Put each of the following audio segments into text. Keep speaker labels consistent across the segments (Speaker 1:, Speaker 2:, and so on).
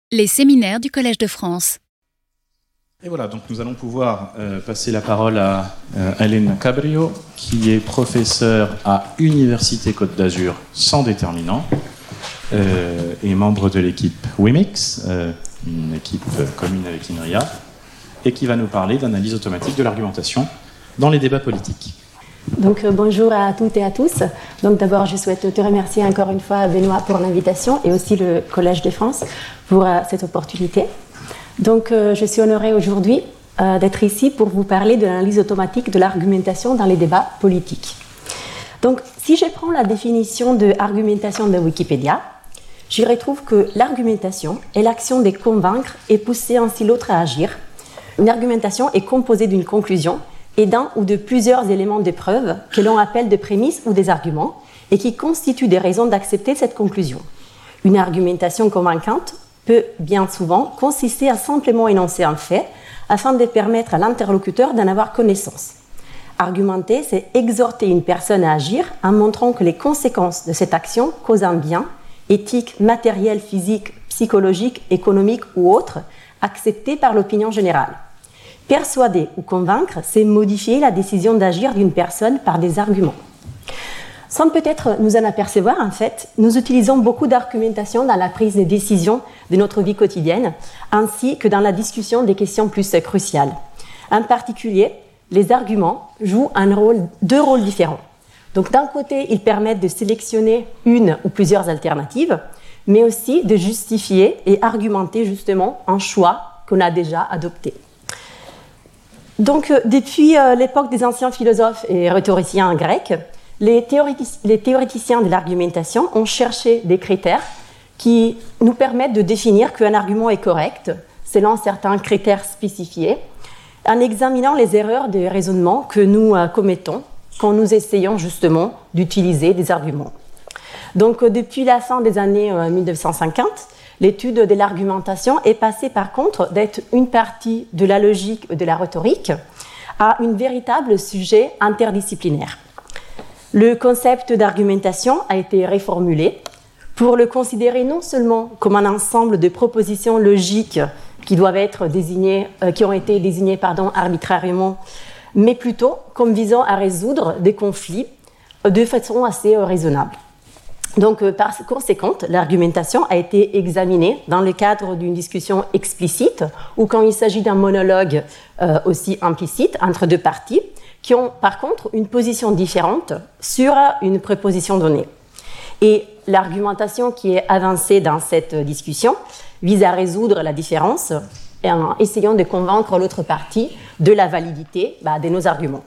Speaker 1: Les séminaires du Collège de France.
Speaker 2: Et voilà, donc nous allons pouvoir passer la parole à Hélène Cabrio, qui est professeure à Université Côte d'Azur sans déterminant et membre de l'équipe WIMIX, une équipe commune avec INRIA, et qui va nous parler d'analyse automatique de l'argumentation dans les débats politiques.
Speaker 3: Donc bonjour à toutes et à tous. Donc d'abord je souhaite te remercier encore une fois Benoît pour l'invitation et aussi le Collège de France pour cette opportunité. Donc je suis honorée aujourd'hui d'être ici pour vous parler de l'analyse automatique de l'argumentation dans les débats politiques. Donc si je prends la définition de argumentation de Wikipédia, j'y retrouve que l'argumentation est l'action de convaincre et pousser ainsi l'autre à agir. Une argumentation est composée d'une conclusion et d'un ou de plusieurs éléments de preuve que l'on appelle des prémices ou des arguments et qui constituent des raisons d'accepter cette conclusion. Une argumentation convaincante peut bien souvent consister à simplement énoncer un fait afin de permettre à l'interlocuteur d'en avoir connaissance. Argumenter, c'est exhorter une personne à agir en montrant que les conséquences de cette action causent un bien, éthique, matériel, physique, psychologique, économique ou autre, accepté par l'opinion générale. Persuader ou convaincre, c'est modifier la décision d'agir d'une personne par des arguments. Sans peut-être nous en apercevoir, en fait, nous utilisons beaucoup d'argumentation dans la prise de décision de notre vie quotidienne, ainsi que dans la discussion des questions plus cruciales. En particulier, les arguments jouent deux rôles différents. Donc, d'un côté, ils permettent de sélectionner une ou plusieurs alternatives, mais aussi de justifier et argumenter justement un choix qu'on a déjà adopté. Donc, depuis l'époque des anciens philosophes et rhétoriciens grecs, les théoréticiens de l'argumentation ont cherché des critères qui nous permettent de définir qu'un argument est correct selon certains critères spécifiés, en examinant les erreurs de raisonnement que nous commettons quand nous essayons justement d'utiliser des arguments. Donc, depuis la fin des années 1950, l'étude de l'argumentation est passée par contre d'être une partie de la logique de la rhétorique à un véritable sujet interdisciplinaire. Le concept d'argumentation a été réformulé pour le considérer non seulement comme un ensemble de propositions logiques qui ont été désignées arbitrairement, mais plutôt comme visant à résoudre des conflits de façon assez raisonnable. Donc, par conséquent, l'argumentation a été examinée dans le cadre d'une discussion explicite ou quand il s'agit d'un monologue aussi implicite entre deux parties qui ont par contre une position différente sur une proposition donnée. Et l'argumentation qui est avancée dans cette discussion vise à résoudre la différence en essayant de convaincre l'autre partie de la validité de nos arguments.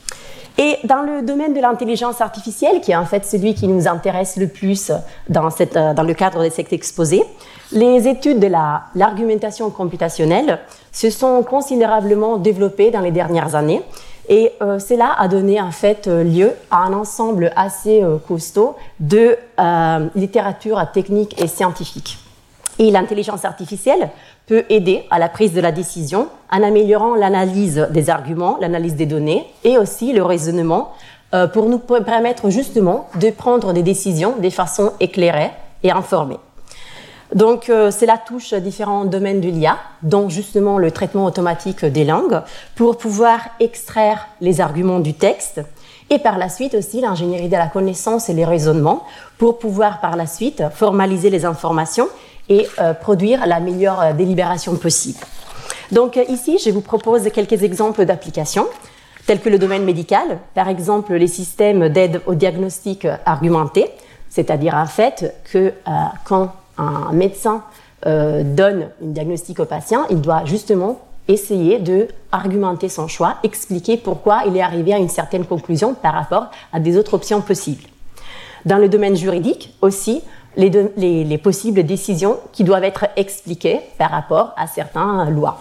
Speaker 3: Et dans le domaine de l'intelligence artificielle, qui est en fait celui qui nous intéresse le plus dans le cadre de cet exposé, les études de l'argumentation computationnelle se sont considérablement développées dans les dernières années et cela a donné en fait lieu à un ensemble assez costaud de littérature technique et scientifique. Et l'intelligence artificielle peut aider à la prise de la décision en améliorant l'analyse des arguments, l'analyse des données et aussi le raisonnement pour nous permettre justement de prendre des décisions de façon éclairée et informée. Donc cela touche différents domaines de l'IA, dont justement le traitement automatique des langues pour pouvoir extraire les arguments du texte et par la suite aussi l'ingénierie de la connaissance et les raisonnements pour pouvoir par la suite formaliser les informations et produire la meilleure délibération possible. Donc ici, je vous propose quelques exemples d'applications, tels que le domaine médical, par exemple les systèmes d'aide au diagnostic argumenté, c'est-à-dire en fait que quand un médecin donne un diagnostic au patient, il doit justement essayer d'argumenter son choix, expliquer pourquoi il est arrivé à une certaine conclusion par rapport à des autres options possibles. Dans le domaine juridique aussi, les possibles décisions qui doivent être expliquées par rapport à certaines lois.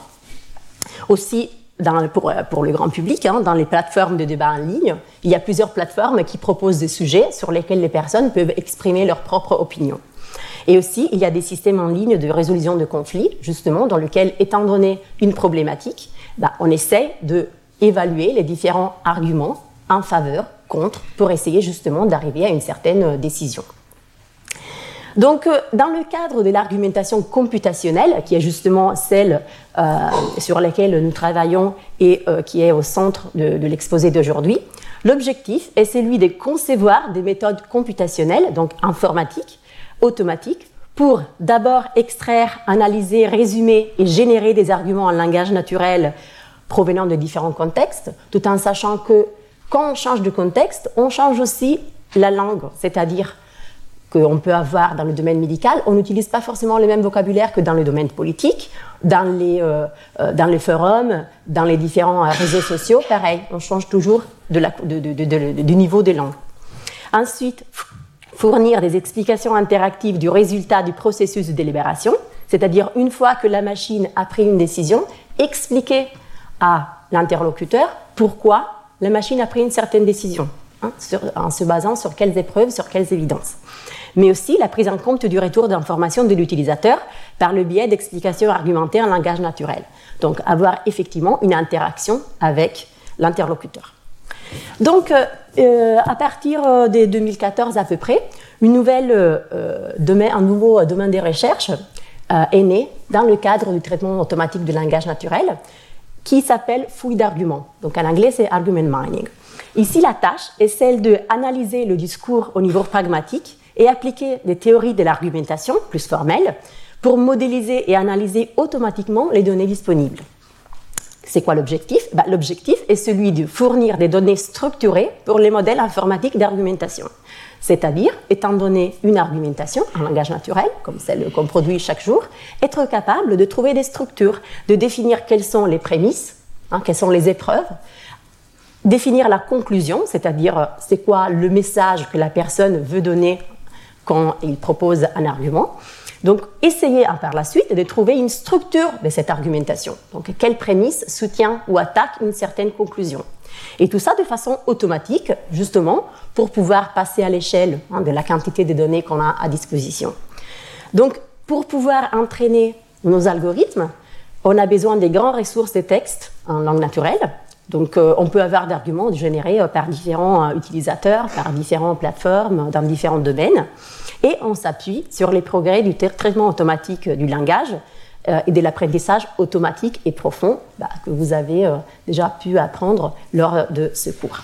Speaker 3: Aussi, pour le grand public, dans les plateformes de débat en ligne, il y a plusieurs plateformes qui proposent des sujets sur lesquels les personnes peuvent exprimer leur propre opinion. Et aussi, il y a des systèmes en ligne de résolution de conflits, justement, dans lesquels, étant donné une problématique, on essaie d'évaluer les différents arguments en faveur, contre, pour essayer justement d'arriver à une certaine décision. Donc, dans le cadre de l'argumentation computationnelle, qui est justement celle sur laquelle nous travaillons et qui est au centre de l'exposé d'aujourd'hui, l'objectif est celui de concevoir des méthodes computationnelles, donc informatiques, automatiques, pour d'abord extraire, analyser, résumer et générer des arguments en langage naturel provenant de différents contextes, tout en sachant que quand on change de contexte, on change aussi la langue, c'est-à-dire qu'on peut avoir dans le domaine médical, on n'utilise pas forcément le même vocabulaire que dans le domaine politique, dans les forums, dans les différents réseaux sociaux, pareil, on change toujours du niveau de langue. Ensuite, fournir des explications interactives du résultat du processus de délibération, c'est-à-dire une fois que la machine a pris une décision, expliquer à l'interlocuteur pourquoi la machine a pris une certaine décision, en se basant sur quelles épreuves, sur quelles évidences. Mais aussi la prise en compte du retour d'information de l'utilisateur par le biais d'explications argumentées en langage naturel. Donc, avoir effectivement une interaction avec l'interlocuteur. Donc, à partir de 2014 à peu près, un nouveau domaine de recherche est né dans le cadre du traitement automatique du langage naturel qui s'appelle fouille d'arguments. Donc, en anglais, c'est argument mining. Ici, la tâche est celle d'analyser le discours au niveau pragmatique et appliquer des théories de l'argumentation plus formelles pour modéliser et analyser automatiquement les données disponibles. C'est quoi l'objectif ? L'objectif est celui de fournir des données structurées pour les modèles informatiques d'argumentation. C'est-à-dire, étant donné une argumentation en langage naturel, comme celle qu'on produit chaque jour, être capable de trouver des structures, de définir quelles sont les prémices, quelles sont les épreuves, définir la conclusion, c'est-à-dire c'est quoi le message que la personne veut donner quand il propose un argument. Donc, essayer par la suite de trouver une structure de cette argumentation. Donc, quelle prémisse soutient ou attaque une certaine conclusion. Et tout ça de façon automatique, justement, pour pouvoir passer à l'échelle de la quantité de données qu'on a à disposition. Donc, pour pouvoir entraîner nos algorithmes, on a besoin des grandes ressources de texte en langue naturelle. Donc, on peut avoir des arguments générés par différents utilisateurs, par différentes plateformes, dans différents domaines. Et on s'appuie sur les progrès du traitement automatique du langage et de l'apprentissage automatique et profond que vous avez déjà pu apprendre lors de ce cours.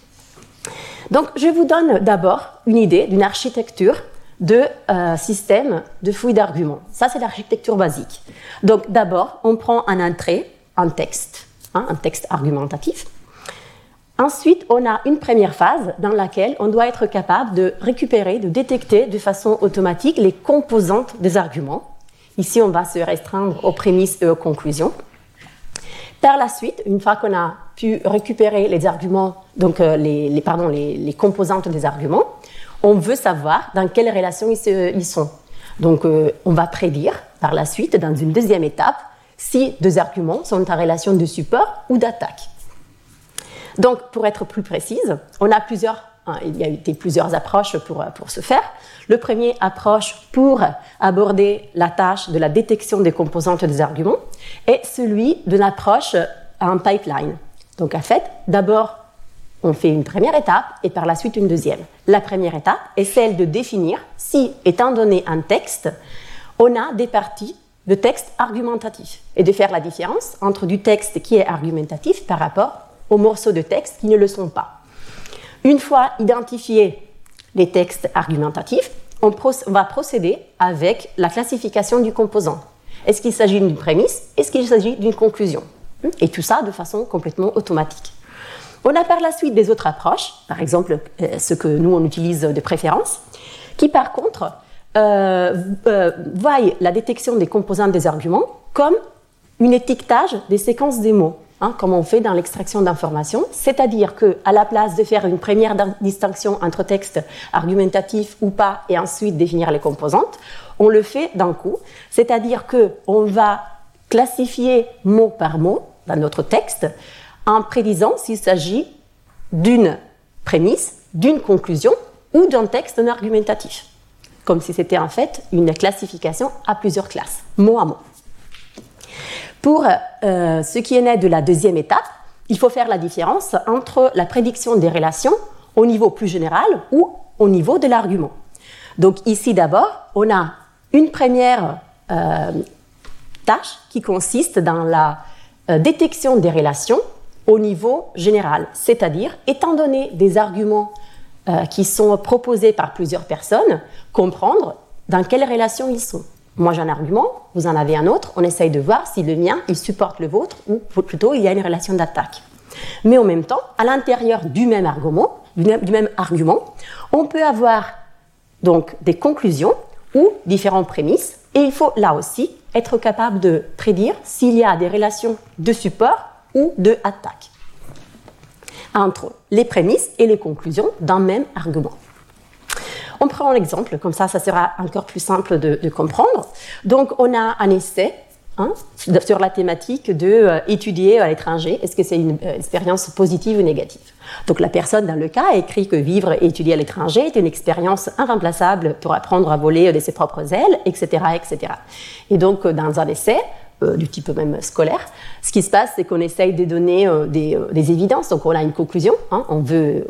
Speaker 3: Donc, je vous donne d'abord une idée d'une architecture de système de fouille d'arguments. Ça, c'est l'architecture basique. Donc, d'abord, on prend en entrée un texte argumentatif. Ensuite, on a une première phase dans laquelle on doit être capable de récupérer, de détecter de façon automatique les composantes des arguments. Ici, on va se restreindre aux prémices et aux conclusions. Par la suite, une fois qu'on a pu récupérer les arguments, donc les composantes des arguments, on veut savoir dans quelle relation ils sont. Donc, on va prédire par la suite, dans une deuxième étape, si deux arguments sont en relation de support ou d'attaque. Donc, pour être plus précise, il y a eu plusieurs approches pour ce faire. Le premier approche pour aborder la tâche de la détection des composantes des arguments est celui d'une approche en pipeline. Donc, en fait, d'abord, on fait une première étape et par la suite une deuxième. La première étape est celle de définir si, étant donné un texte, on a des parties de texte argumentatif et de faire la différence entre du texte qui est argumentatif par rapport aux morceaux de texte qui ne le sont pas. Une fois identifiés les textes argumentatifs, on va procéder avec la classification du composant. Est-ce qu'il s'agit d'une prémisse? Est-ce qu'il s'agit d'une conclusion? Et tout ça de façon complètement automatique. On a par la suite des autres approches, par exemple ce que nous on utilise de préférence, qui par contre voient la détection des composantes des arguments comme un étiquetage des séquences des mots. Comme on fait dans l'extraction d'informations, c'est-à-dire qu'à la place de faire une première distinction entre texte argumentatif ou pas et ensuite définir les composantes, on le fait d'un coup, c'est-à-dire qu'on va classifier mot par mot dans notre texte en prédisant s'il s'agit d'une prémisse, d'une conclusion ou d'un texte non argumentatif, comme si c'était en fait une classification à plusieurs classes, mot à mot. Pour ce qui est né de la deuxième étape, il faut faire la différence entre la prédiction des relations au niveau plus général ou au niveau de l'argument. Donc ici d'abord, on a une première tâche qui consiste dans la détection des relations au niveau général, c'est-à-dire, étant donné des arguments qui sont proposés par plusieurs personnes, comprendre dans quelle relation ils sont. Moi j'ai un argument, vous en avez un autre, on essaye de voir si le mien il supporte le vôtre ou plutôt il y a une relation d'attaque. Mais en même temps, à l'intérieur du même argument, on peut avoir donc des conclusions ou différentes prémices et il faut là aussi être capable de prédire s'il y a des relations de support ou de attaque entre les prémices et les conclusions d'un même argument. On prend l'exemple, comme ça sera encore plus simple de comprendre. Donc, on a un essai sur la thématique d'étudier à l'étranger, est-ce que c'est une expérience positive ou négative. Donc, la personne, dans le cas, a écrit que vivre et étudier à l'étranger est une expérience irremplaçable pour apprendre à voler de ses propres ailes, etc., etc. Et donc, dans un essai, du type même scolaire, ce qui se passe, c'est qu'on essaye de donner des évidences. Donc, on a une conclusion, on veut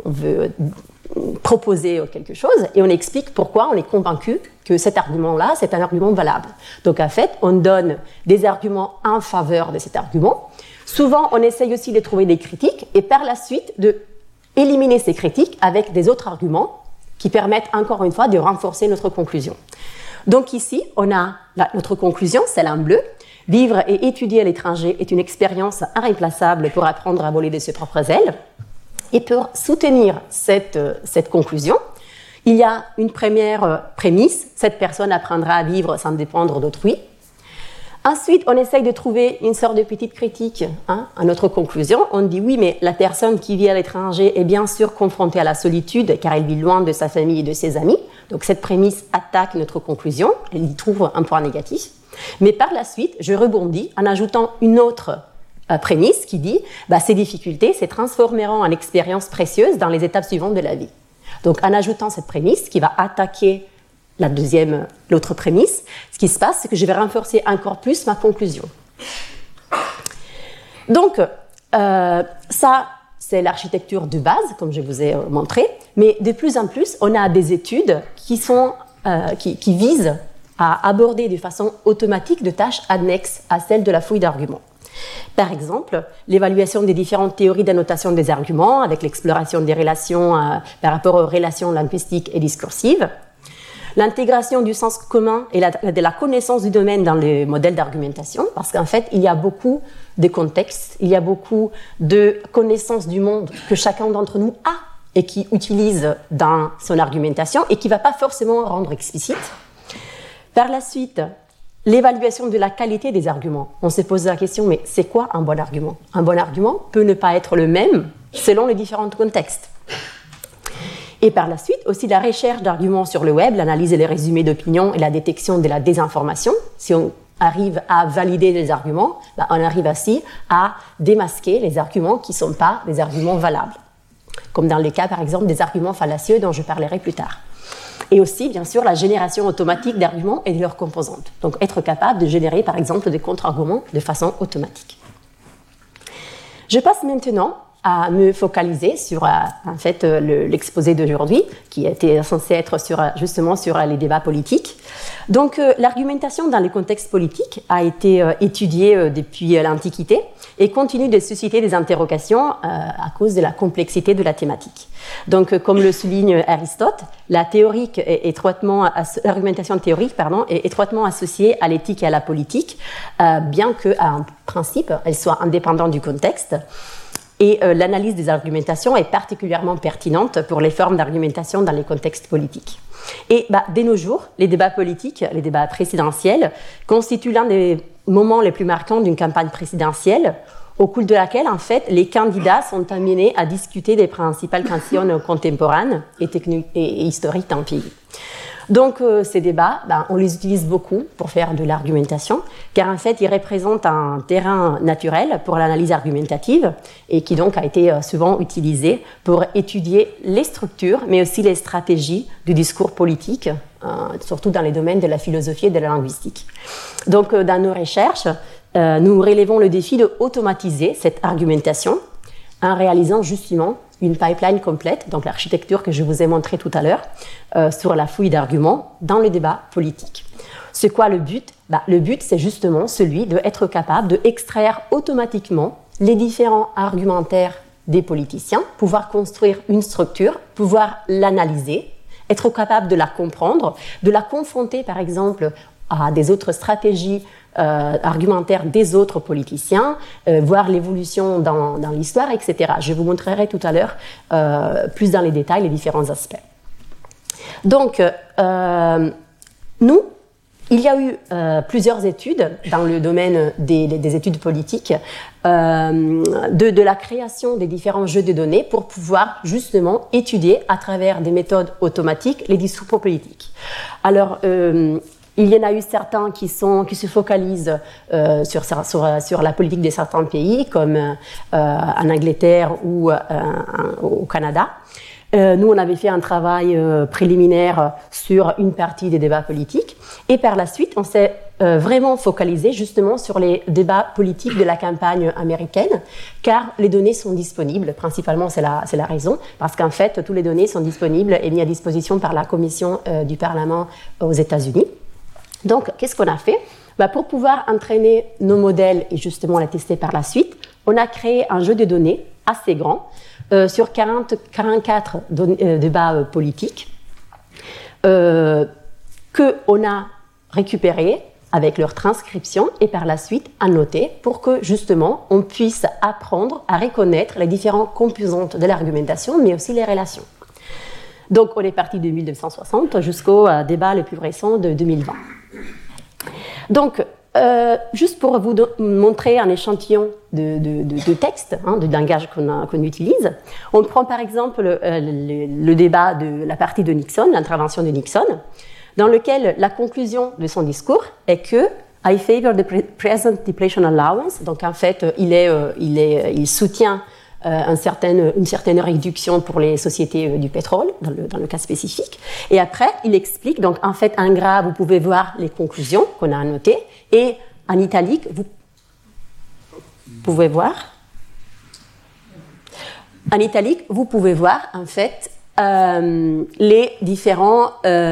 Speaker 3: proposer quelque chose et on explique pourquoi on est convaincu que cet argument-là, c'est un argument valable. Donc, en fait, on donne des arguments en faveur de cet argument. Souvent, on essaye aussi de trouver des critiques et par la suite de éliminer ces critiques avec des autres arguments qui permettent encore une fois de renforcer notre conclusion. Donc ici, on a notre conclusion, celle en bleu. Vivre et étudier à l'étranger est une expérience irremplaçable pour apprendre à voler de ses propres ailes. Et pour soutenir cette conclusion, il y a une première prémisse, cette personne apprendra à vivre sans dépendre d'autrui. Ensuite, on essaye de trouver une sorte de petite critique à notre conclusion. On dit oui, mais la personne qui vit à l'étranger est bien sûr confrontée à la solitude car elle vit loin de sa famille et de ses amis. Donc cette prémisse attaque notre conclusion, elle y trouve un point négatif. Mais par la suite, je rebondis en ajoutant une autre prémisse qui dit ces difficultés se transformeront en expériences précieuses dans les étapes suivantes de la vie. Donc en ajoutant cette prémisse qui va attaquer l'autre prémisse, ce qui se passe, c'est que je vais renforcer encore plus ma conclusion. Donc, ça, c'est l'architecture de base, comme je vous ai montré, mais de plus en plus, on a des études qui visent à aborder de façon automatique de tâches annexes à celles de la fouille d'arguments. Par exemple, l'évaluation des différentes théories d'annotation des arguments avec l'exploration des relations par rapport aux relations linguistiques et discursives, l'intégration du sens commun et de la connaissance du domaine dans les modèles d'argumentation, parce qu'en fait, il y a beaucoup de contextes, il y a beaucoup de connaissances du monde que chacun d'entre nous a et qui utilise dans son argumentation et qui ne va pas forcément rendre explicite. Par la suite, l'évaluation de la qualité des arguments. On se pose la question, mais c'est quoi un bon argument ? Un bon argument peut ne pas être le même selon les différents contextes. Et par la suite, aussi la recherche d'arguments sur le web, l'analyse et les résumés d'opinion et la détection de la désinformation. Si on arrive à valider les arguments, on arrive aussi à démasquer les arguments qui ne sont pas des arguments valables. Comme dans le cas, par exemple, des arguments fallacieux dont je parlerai plus tard. Et aussi, bien sûr, la génération automatique d'arguments et de leurs composantes. Donc, être capable de générer, par exemple, des contre-arguments de façon automatique. Je passe maintenant à me focaliser sur l'exposé d'aujourd'hui, qui était censé être justement sur les débats politiques. Donc, l'argumentation dans les contextes politiques a été étudiée depuis l'Antiquité et continue de susciter des interrogations à cause de la complexité de la thématique. Donc, comme le souligne Aristote, l'argumentation théorique est étroitement associée à l'éthique et à la politique, bien qu'en principe, elle soit indépendante du contexte. Et l'analyse des argumentations est particulièrement pertinente pour les formes d'argumentation dans les contextes politiques. Et dès nos jours, les débats politiques, les débats présidentiels, constituent l'un des moments les plus marquants d'une campagne présidentielle, au cours de laquelle, en fait, les candidats sont amenés à discuter des principales questions contemporaines et historiques d'un pays. Donc, ces débats, on les utilise beaucoup pour faire de l'argumentation, car en fait, ils représentent un terrain naturel pour l'analyse argumentative et qui donc a été souvent utilisé pour étudier les structures, mais aussi les stratégies du discours politique, surtout dans les domaines de la philosophie et de la linguistique. Donc, dans nos recherches, nous relevons le défi de automatiser cette argumentation en réalisant justement une pipeline complète, donc l'architecture que je vous ai montrée tout à l'heure, sur la fouille d'arguments dans le débat politique. C'est quoi le but? Le but, c'est justement celui d'être capable d'extraire automatiquement les différents argumentaires des politiciens, pouvoir construire une structure, pouvoir l'analyser, être capable de la comprendre, de la confronter par exemple à des autres stratégies argumentaires des autres politiciens, voir l'évolution dans l'histoire, etc. Je vous montrerai tout à l'heure plus dans les détails les différents aspects. Donc, il y a eu plusieurs études dans le domaine des études politiques de la création des différents jeux de données pour pouvoir justement étudier à travers des méthodes automatiques les discours politiques. Alors, il y en a eu certains qui se focalisent sur la politique de certains pays, comme en Angleterre ou au Canada. Nous, on avait fait un travail préliminaire sur une partie des débats politiques. Et par la suite, on s'est vraiment focalisé justement sur les débats politiques de la campagne américaine, car les données sont disponibles. Principalement, c'est la raison, parce qu'en fait, toutes les données sont disponibles et mises à disposition par la Commission du Parlement aux États-Unis. Donc, qu'est-ce qu'on a fait? Pour pouvoir entraîner nos modèles et justement les tester par la suite, on a créé un jeu de données assez grand sur 44 débats politiques qu'on a récupérés avec leur transcription et par la suite annotés pour que justement on puisse apprendre à reconnaître les différentes composantes de l'argumentation mais aussi les relations. Donc on est parti de 1960 jusqu'au débat le plus récent de 2020. Donc, juste pour vous montrer un échantillon de texte, de langage qu'on utilise, on prend par exemple le débat de la partie de Nixon, l'intervention de Nixon, dans lequel la conclusion de son discours est que I favor the present depletion allowance. Donc en fait, il soutient une certaine réduction pour les sociétés du pétrole, dans le cas spécifique. Et après, il explique, donc en fait, en gras, vous pouvez voir les conclusions qu'on a annotées, et en italique, vous pouvez voir. En italique, vous pouvez voir, en fait, les différents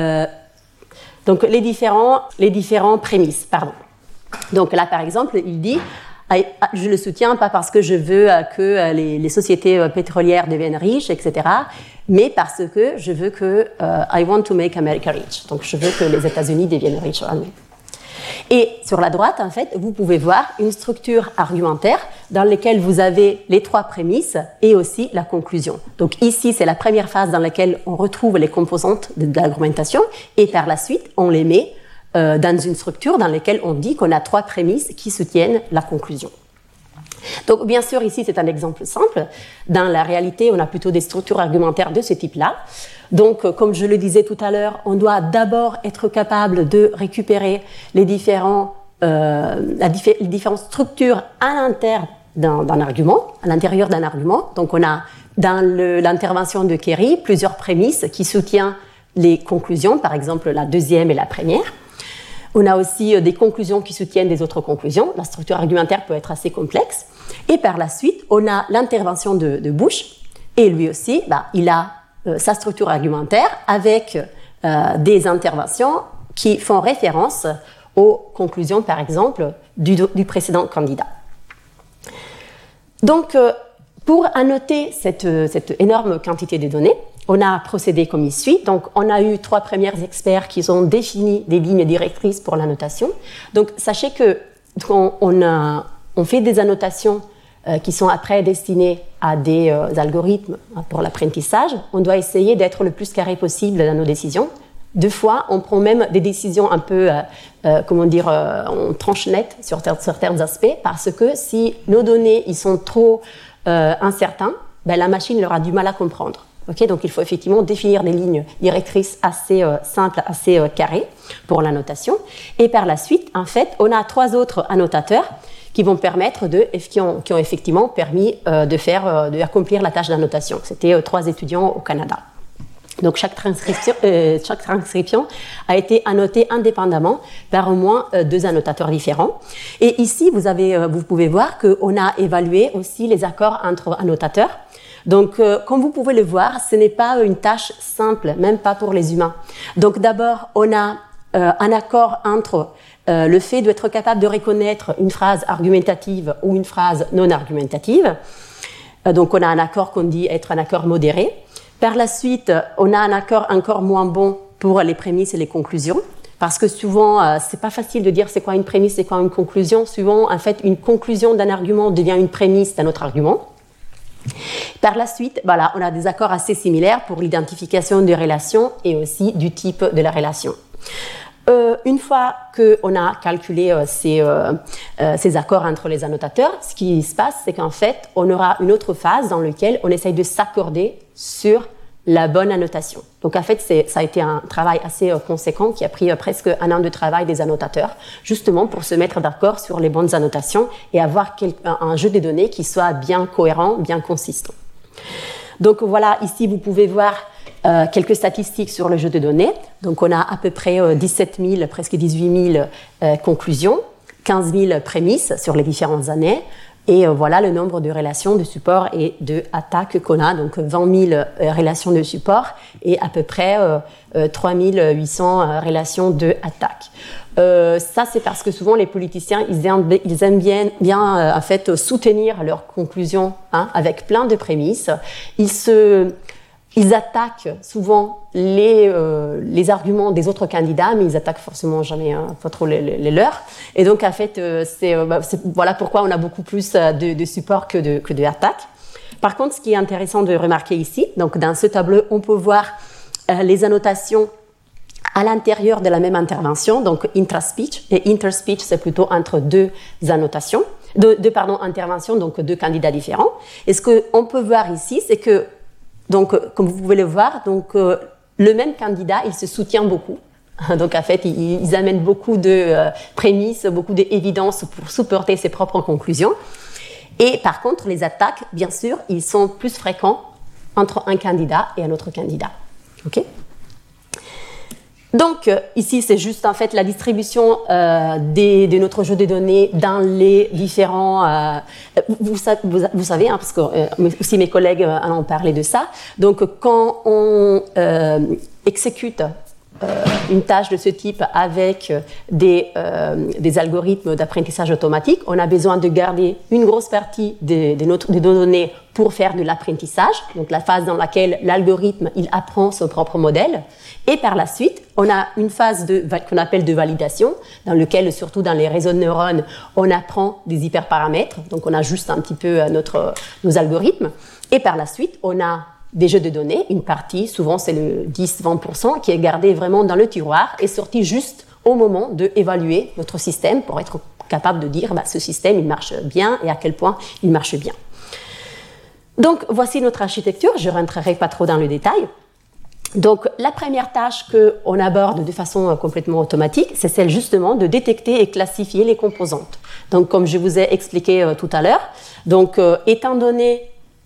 Speaker 3: prémices, pardon. Donc là, par exemple, il dit je le soutiens pas parce que je veux que les sociétés pétrolières deviennent riches, etc., mais parce que je veux que I want to make America rich. Donc je veux que les États-Unis deviennent riches. Et sur la droite, en fait, vous pouvez voir une structure argumentaire dans laquelle vous avez les trois prémices et aussi la conclusion. Donc ici, c'est la première phase dans laquelle on retrouve les composantes de l'argumentation et par la suite, on les met dans une structure dans laquelle on dit qu'on a trois prémices qui soutiennent la conclusion. Donc, bien sûr, ici, c'est un exemple simple. Dans la réalité, on a plutôt des structures argumentaires de ce type-là. Donc, comme je le disais tout à l'heure, on doit d'abord être capable de récupérer les différentes structures à l'intérieur d'un argument, à l'intérieur d'un argument. Donc, on a dans l'intervention de Kerry plusieurs prémices qui soutiennent les conclusions, par exemple la deuxième et la première. On a aussi des conclusions qui soutiennent des autres conclusions. La structure argumentaire peut être assez complexe. Et par la suite, on a l'intervention de Bush. Et lui aussi, il a sa structure argumentaire avec des interventions qui font référence aux conclusions, par exemple, du précédent candidat. Donc, pour annoter cette énorme quantité de données, on a procédé comme il suit. Donc, on a eu 3 premiers experts qui ont défini des lignes directrices pour l'annotation. Donc, sachez que quand on fait des annotations qui sont après destinées à des algorithmes pour l'apprentissage, on doit essayer d'être le plus carré possible dans nos décisions. 2 fois, on prend même des décisions un peu, on tranche net sur certains aspects, parce que si nos données ils sont trop incertains, la machine aura du mal à comprendre. Okay, donc il faut effectivement définir des lignes directrices assez simples, assez carrées pour l'annotation. Et par la suite, en fait, on a 3 autres annotateurs qui vont permettre qui ont effectivement permis d'accomplir la tâche d'annotation. C'était 3 étudiants au Canada. Donc chaque transcription a été annotée indépendamment par au moins 2 annotateurs différents. Et ici, vous pouvez voir qu'on a évalué aussi les accords entre annotateurs. Donc, comme vous pouvez le voir, ce n'est pas une tâche simple, même pas pour les humains. Donc, d'abord, on a un accord entre le fait d'être capable de reconnaître une phrase argumentative ou une phrase non argumentative. Donc, on a un accord qu'on dit être un accord modéré. Par la suite, on a un accord encore moins bon pour les prémices et les conclusions. Parce que souvent, c'est pas facile de dire c'est quoi une prémisse, c'est quoi une conclusion. Souvent, en fait, une conclusion d'un argument devient une prémisse d'un autre argument. Par la suite, voilà, on a des accords assez similaires pour l'identification des relations et aussi du type de la relation. Une fois qu'on a calculé ces accords entre les annotateurs, ce qui se passe, c'est qu'en fait, on aura une autre phase dans laquelle on essaye de s'accorder sur la bonne annotation. Donc en fait, ça a été un travail assez conséquent qui a pris presque 1 an de travail des annotateurs, justement pour se mettre d'accord sur les bonnes annotations et avoir un jeu de données qui soit bien cohérent, bien consistant. Donc voilà, ici vous pouvez voir quelques statistiques sur le jeu de données. Donc on a à peu près 17 000, presque 18 000 conclusions, 15 000 prémices sur les différentes années. Et voilà le nombre de relations de support et d'attaques qu'on a. Donc 20 000 relations de support et à peu près 3 800 relations d'attaques. Ça, c'est parce que souvent les politiciens, ils aiment bien en fait, soutenir leurs conclusions avec plein de prémices. Ils attaquent souvent les arguments des autres candidats, mais ils attaquent forcément jamais pas trop les leurs. Et donc, en fait, voilà pourquoi on a beaucoup plus de support que de attaques. Par contre, ce qui est intéressant de remarquer ici, donc dans ce tableau, on peut voir les annotations à l'intérieur de la même intervention, donc intra-speech. Et inter-speech, c'est plutôt entre deux annotations, interventions, donc 2 candidats différents. Et ce qu'on peut voir ici, c'est que donc, comme vous pouvez le voir, donc, le même candidat, il se soutient beaucoup. Donc, en fait, ils amènent beaucoup de prémices, beaucoup d'évidences pour supporter ses propres conclusions. Et par contre, les attaques, bien sûr, ils sont plus fréquents entre un candidat et un autre candidat. OK ? Donc, ici, c'est juste en fait la distribution de notre jeu de données dans les différents... vous savez, parce que aussi mes collègues en ont parlé de ça. Donc, quand on exécute une tâche de ce type avec des algorithmes d'apprentissage automatique, on a besoin de garder une grosse partie de nos données pour faire de l'apprentissage, donc la phase dans laquelle l'algorithme il apprend son propre modèle. Et par la suite, on a une phase qu'on appelle de validation, dans laquelle, surtout dans les réseaux de neurones, on apprend des hyperparamètres, donc on ajuste un petit peu nos algorithmes. Et par la suite, on a des jeux de données, une partie, souvent c'est le 10-20%, qui est gardé vraiment dans le tiroir et sorti juste au moment d'évaluer notre système pour être capable de dire ce système il marche bien et à quel point il marche bien. Donc voici notre architecture, je ne rentrerai pas trop dans le détail. Donc la première tâche qu'on aborde de façon complètement automatique, c'est celle justement de détecter et classifier les composantes. Donc comme je vous ai expliqué tout à l'heure, donc étant donné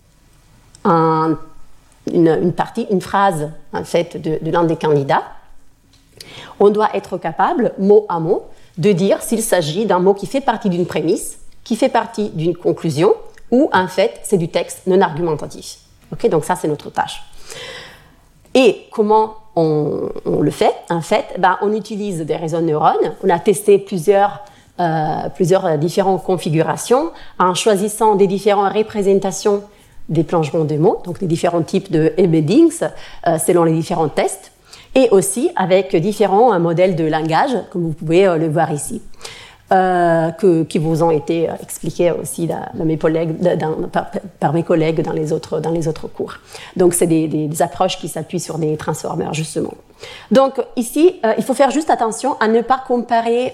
Speaker 3: une phrase en fait de l'un des candidats, on doit être capable, mot à mot, de dire s'il s'agit d'un mot qui fait partie d'une prémisse, qui fait partie d'une conclusion, ou en fait c'est du texte non argumentatif. Okay, donc ça c'est notre tâche. Et comment on le fait? En fait, on utilise des réseaux de neurones. On a testé plusieurs différentes configurations en choisissant des différentes représentations des plongements de mots, donc des différents types de embeddings selon les différents tests, et aussi avec différents modèles de langage, comme vous pouvez le voir ici, qui vous ont été expliqués aussi par mes collègues dans les autres cours. Donc, c'est des approches qui s'appuient sur des transformers, justement. Donc, ici, il faut faire juste attention à ne pas comparer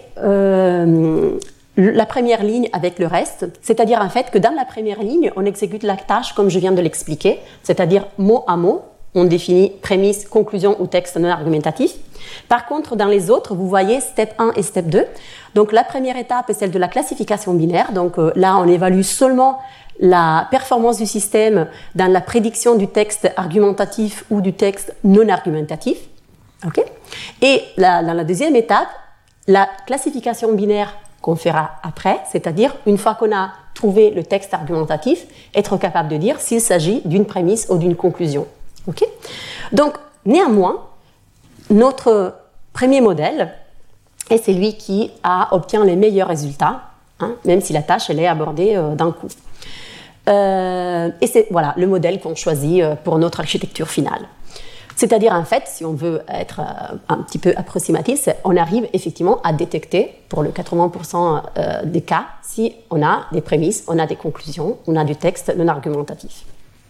Speaker 3: la première ligne avec le reste, c'est-à-dire en fait que dans la première ligne, on exécute la tâche comme je viens de l'expliquer, c'est-à-dire mot à mot, on définit prémisse, conclusion ou texte non argumentatif. Par contre, dans les autres, vous voyez step 1 et step 2. Donc la première étape est celle de la classification binaire. Donc là, on évalue seulement la performance du système dans la prédiction du texte argumentatif ou du texte non argumentatif. Okay. Et dans la deuxième étape, la classification binaire qu'on fera après, c'est-à-dire une fois qu'on a trouvé le texte argumentatif, être capable de dire s'il s'agit d'une prémisse ou d'une conclusion. Okay? Donc, néanmoins, notre premier modèle est celui qui obtient les meilleurs résultats, hein, même si la tâche elle est abordée d'un coup. Et c'est voilà, le modèle qu'on choisit pour notre architecture finale. C'est-à-dire, en fait, si on veut être un petit peu approximatif, on arrive effectivement à détecter, pour le 80% des cas, si on a des prémices, on a des conclusions, on a du texte non argumentatif.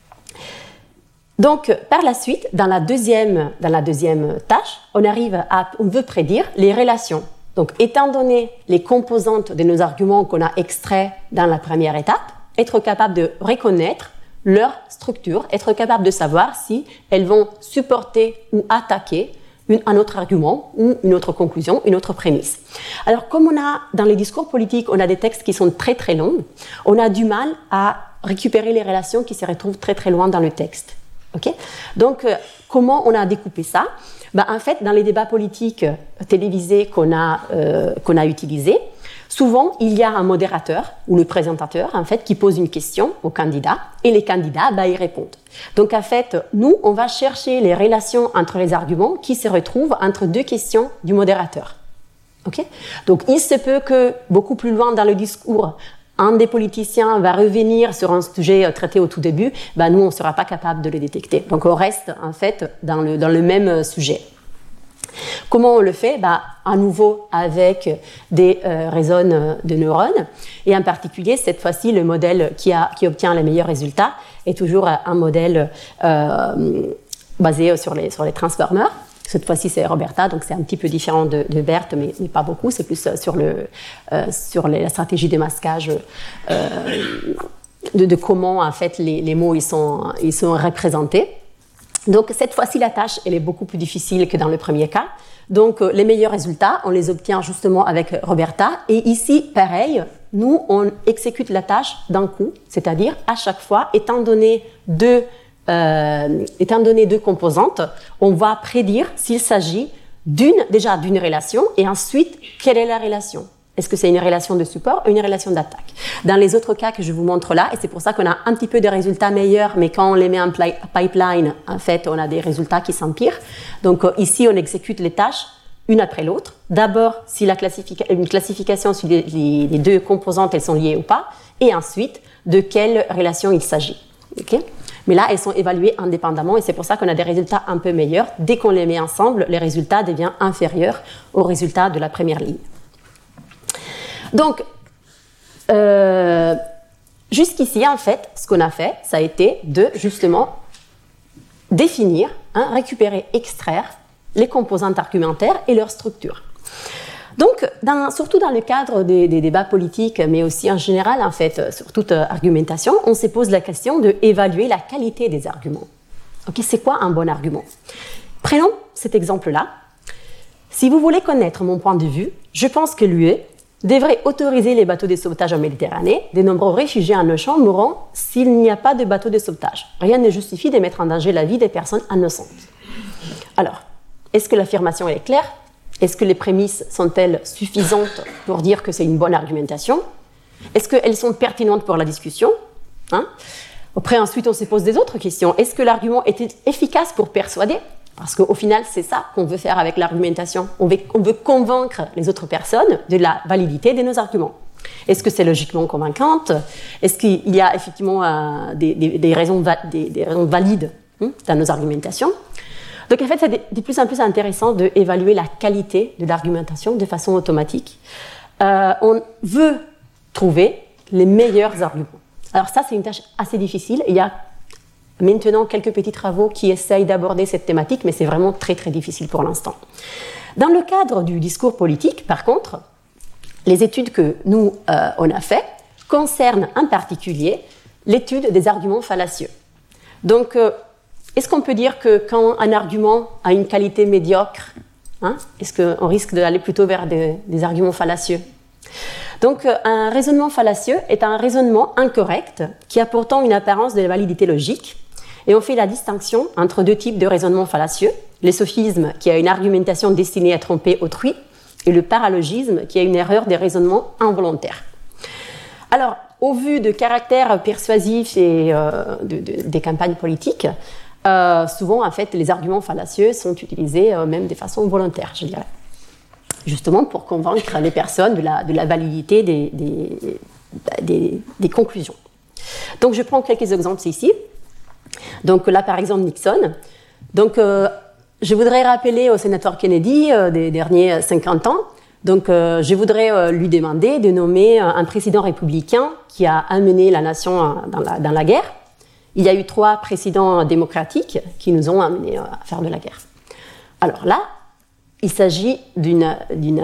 Speaker 3: Donc, par la suite, dans la deuxième tâche, on veut prédire les relations. Donc, étant donné les composantes de nos arguments qu'on a extraits dans la première étape, être capable de reconnaître leur structure, être capable de savoir si elles vont supporter ou attaquer un autre argument ou une autre conclusion, une autre prémisse. Alors, comme dans les discours politiques, on a des textes qui sont très très longs, on a du mal à récupérer les relations qui se retrouvent très très loin dans le texte. Okay? Donc, comment on a découpé ça? En fait, dans les débats politiques télévisés qu'on a utilisés, souvent, il y a un modérateur ou le présentateur en fait, qui pose une question aux candidats et les candidats y répondent. Donc, en fait, nous, on va chercher les relations entre les arguments qui se retrouvent entre deux questions du modérateur. Okay? Donc, il se peut que beaucoup plus loin dans le discours, un des politiciens va revenir sur un sujet traité au tout début, nous, on ne sera pas capable de le détecter. Donc, on reste en fait dans le même sujet. Comment on le fait? À nouveau avec des réseaux de neurones. Et en particulier, cette fois-ci, le modèle qui obtient les meilleurs résultats est toujours un modèle basé sur les transformers. Cette fois-ci, c'est Roberta, donc c'est un petit peu différent de Berthe, mais pas beaucoup. C'est plus sur la stratégie de masquage de comment, en fait, les mots ils sont représentés. Donc, cette fois-ci, la tâche, elle est beaucoup plus difficile que dans le premier cas. Donc, les meilleurs résultats, on les obtient justement avec Roberta. Et ici, pareil, nous, on exécute la tâche d'un coup, c'est-à-dire à chaque fois, étant donné deux composantes, on va prédire s'il s'agit déjà d'une relation et ensuite, quelle est la relation? Est-ce que c'est une relation de support ou une relation d'attaque? Dans les autres cas que je vous montre là, et c'est pour ça qu'on a un petit peu de résultats meilleurs, mais quand on les met en pipeline, en fait, on a des résultats qui s'empirent. Donc ici, on exécute les tâches une après l'autre. D'abord, si une classification sur les deux composantes, elles sont liées ou pas, et ensuite, de quelle relation il s'agit. Okay? Mais là, elles sont évaluées indépendamment, et c'est pour ça qu'on a des résultats un peu meilleurs. Dès qu'on les met ensemble, les résultats deviennent inférieurs aux résultats de la première ligne. Donc, jusqu'ici, en fait, ce qu'on a fait, ça a été de, justement, définir, récupérer, extraire les composantes argumentaires et leur structure. Donc, surtout dans le cadre des débats politiques, mais aussi en général, en fait, sur toute argumentation, on se pose la question d'évaluer la qualité des arguments. Okay, c'est quoi un bon argument? Prenons cet exemple-là. Si vous voulez connaître mon point de vue, je pense que l'UE devrait autoriser les bateaux de sauvetage en Méditerranée. De nombreux réfugiés en Océan mourront s'il n'y a pas de bateaux de sauvetage. Rien ne justifie de mettre en danger la vie des personnes innocentes. Alors, est-ce que l'affirmation est claire? Est-ce que les prémices sont-elles suffisantes pour dire que c'est une bonne argumentation? Est-ce qu'elles sont pertinentes pour la discussion? Après, ensuite, on se pose des autres questions. Est-ce que l'argument est efficace pour persuader? Parce qu'au final, c'est ça qu'on veut faire avec l'argumentation. On veut convaincre les autres personnes de la validité de nos arguments. Est-ce que c'est logiquement convaincante? Est-ce qu'il y a effectivement des raisons valides dans nos argumentations? Donc en fait, c'est de plus en plus intéressant d'évaluer la qualité de l'argumentation de façon automatique. On veut trouver les meilleurs arguments. Alors ça, c'est une tâche assez difficile. Il y a maintenant quelques petits travaux qui essayent d'aborder cette thématique, mais c'est vraiment très très difficile pour l'instant. Dans le cadre du discours politique, par contre, les études que nous, on a faites concernent en particulier l'étude des arguments fallacieux. Donc, est-ce qu'on peut dire que quand un argument a une qualité médiocre, est-ce qu'on risque d'aller plutôt vers des arguments fallacieux? Donc, un raisonnement fallacieux est un raisonnement incorrect qui a pourtant une apparence de validité logique. Et on fait la distinction entre deux types de raisonnements fallacieux. Les sophismes, qui a une argumentation destinée à tromper autrui, et le paralogisme, qui est une erreur de raisonnement involontaire. Alors, au vu de caractère persuasif et des campagnes politiques, souvent, en fait, les arguments fallacieux sont utilisés même de façon volontaire, je dirais. Justement pour convaincre les personnes de la validité des conclusions. Donc, je prends quelques exemples ici. Donc là, par exemple, Nixon. Donc, je voudrais rappeler au sénateur Kennedy des derniers 50 ans. Donc, je voudrais lui demander de nommer un président républicain qui a amené la nation dans la guerre. Il y a eu 3 présidents démocratiques qui nous ont amenés à faire de la guerre. Alors là, il s'agit d'un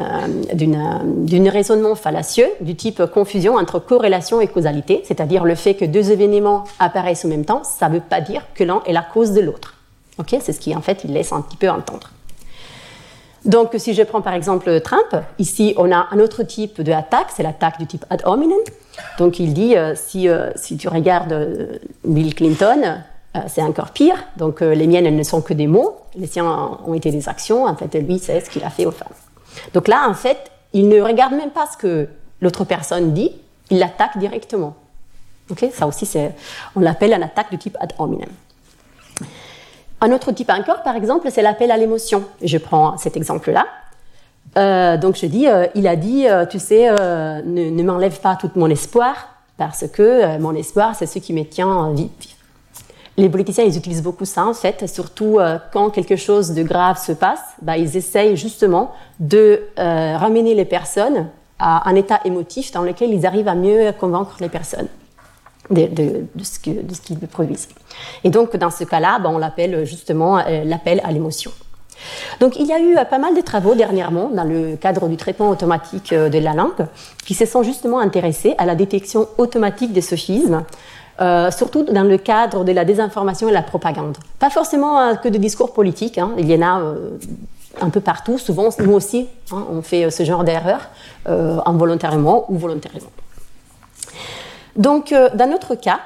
Speaker 3: raisonnement fallacieux du type confusion entre corrélation et causalité, c'est-à-dire le fait que 2 événements apparaissent en même temps, ça ne veut pas dire que l'un est la cause de l'autre. Okay, c'est ce qui, en fait, il laisse un petit peu entendre. Donc, si je prends par exemple Trump, ici, on a un autre type d'attaque, c'est l'attaque du type ad hominem. Donc, il dit, si tu regardes Bill Clinton, c'est encore pire. Donc, les miennes, elles ne sont que des mots. Les siens ont été des actions. En fait, lui, c'est ce qu'il a fait aux femmes. Donc là, en fait, il ne regarde même pas ce que l'autre personne dit, il l'attaque directement. Okay, ça aussi, on l'appelle une attaque du type ad hominem. Un autre type encore, par exemple, c'est l'appel à l'émotion. Je prends cet exemple-là. Donc, je dis, il a dit, tu sais, ne m'enlève pas tout mon espoir, parce que mon espoir, c'est ce qui me tient vif. Les politiciens, ils utilisent beaucoup ça, en fait, surtout quand quelque chose de grave se passe, ils essayent justement de ramener les personnes à un état émotif dans lequel ils arrivent à mieux convaincre les personnes de ce qu'ils produisent. Et donc, dans ce cas-là, on l'appelle justement l'appel à l'émotion. Donc, il y a eu pas mal de travaux dernièrement dans le cadre du traitement automatique de la langue qui se sont justement intéressés à la détection automatique des sophismes, surtout dans le cadre de la désinformation et la propagande. Pas forcément que de discours politiques, il y en a un peu partout. Souvent, nous aussi, on fait ce genre d'erreur, involontairement ou volontairement. Donc, dans notre cas,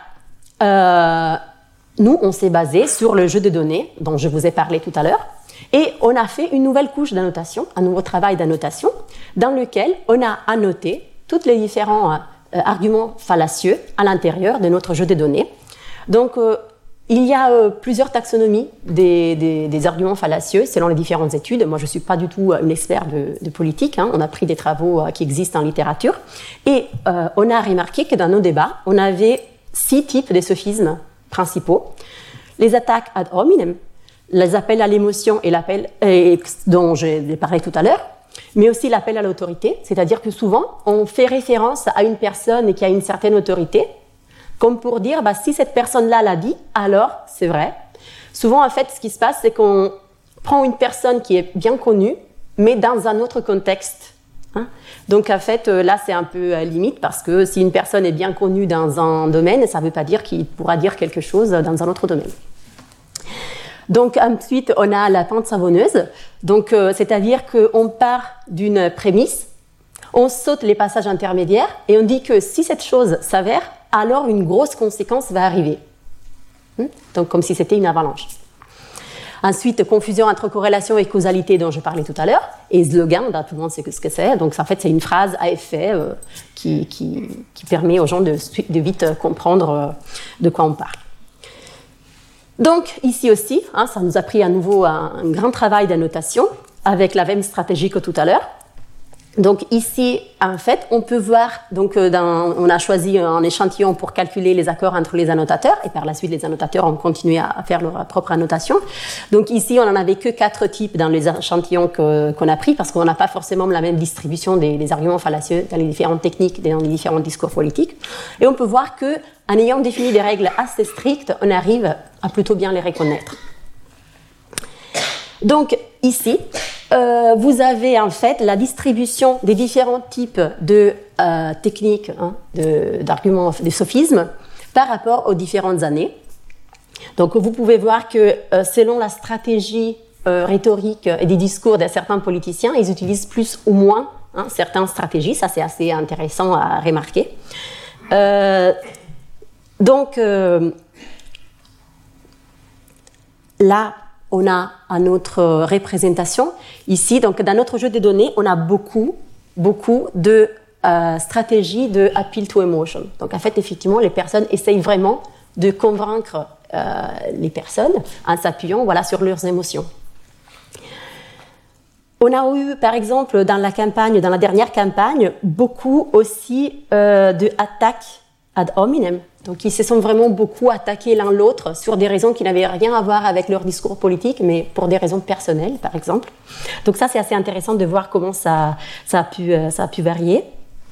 Speaker 3: nous, on s'est basé sur le jeu de données dont je vous ai parlé tout à l'heure, et on a fait une nouvelle couche d'annotation, un nouveau travail d'annotation, dans lequel on a annoté tous les différents arguments fallacieux à l'intérieur de notre jeu de données. Donc, il y a plusieurs taxonomies des arguments fallacieux selon les différentes études. Moi, je ne suis pas du tout une experte de politique. On a pris des travaux qui existent en littérature. Et on a remarqué que dans nos débats, on avait 6 types de sophismes principaux. Les attaques ad hominem, les appels à l'émotion et l'appel dont j'ai parlé tout à l'heure, mais aussi l'appel à l'autorité, c'est-à-dire que souvent, on fait référence à une personne qui a une certaine autorité, comme pour dire, si cette personne-là l'a dit, alors c'est vrai. Souvent, en fait, ce qui se passe, c'est qu'on prend une personne qui est bien connue, mais dans un autre contexte. Donc, en fait, là, c'est un peu limite, parce que si une personne est bien connue dans un domaine, ça ne veut pas dire qu'il pourra dire quelque chose dans un autre domaine. Donc, ensuite, on a la pente savonneuse. Donc, c'est-à-dire qu'on part d'une prémisse, on saute les passages intermédiaires, et on dit que si cette chose s'avère, alors une grosse conséquence va arriver. Donc, comme si c'était une avalanche. Ensuite, confusion entre corrélation et causalité dont je parlais tout à l'heure. Et slogan, tout le monde sait ce que c'est. Donc, en fait, c'est une phrase à effet qui permet aux gens de vite comprendre de quoi on parle. Donc, ici aussi, ça nous a pris à nouveau un grand travail d'annotation avec la même stratégie que tout à l'heure. Donc ici, en fait, on peut voir, donc on a choisi un échantillon pour calculer les accords entre les annotateurs, et par la suite, les annotateurs ont continué à faire leur propre annotation. Donc ici, on n'en avait que 4 types dans les échantillons qu'on a pris, parce qu'on n'a pas forcément la même distribution des arguments fallacieux dans les différentes techniques, dans les différents discours politiques. Et on peut voir qu'en ayant défini des règles assez strictes, on arrive à plutôt bien les reconnaître. Donc ici, vous avez en fait la distribution des différents types de techniques, d'arguments, de sophismes par rapport aux différentes années. Donc vous pouvez voir que selon la stratégie rhétorique et des discours de certains politiciens, ils utilisent plus ou moins certaines stratégies. Ça, c'est assez intéressant à remarquer. Donc là, on a une autre représentation. Ici, donc, dans notre jeu de données, on a beaucoup de stratégies de appeal to emotion. Donc, en fait, effectivement, les personnes essayent vraiment de convaincre les personnes en s'appuyant sur leurs émotions. On a eu, par exemple, dans la dernière campagne, beaucoup aussi d'attaques ad hominem. Donc, ils se sont vraiment beaucoup attaqués l'un l'autre sur des raisons qui n'avaient rien à voir avec leur discours politique, mais pour des raisons personnelles, par exemple. Donc, ça, c'est assez intéressant de voir comment ça a pu varier.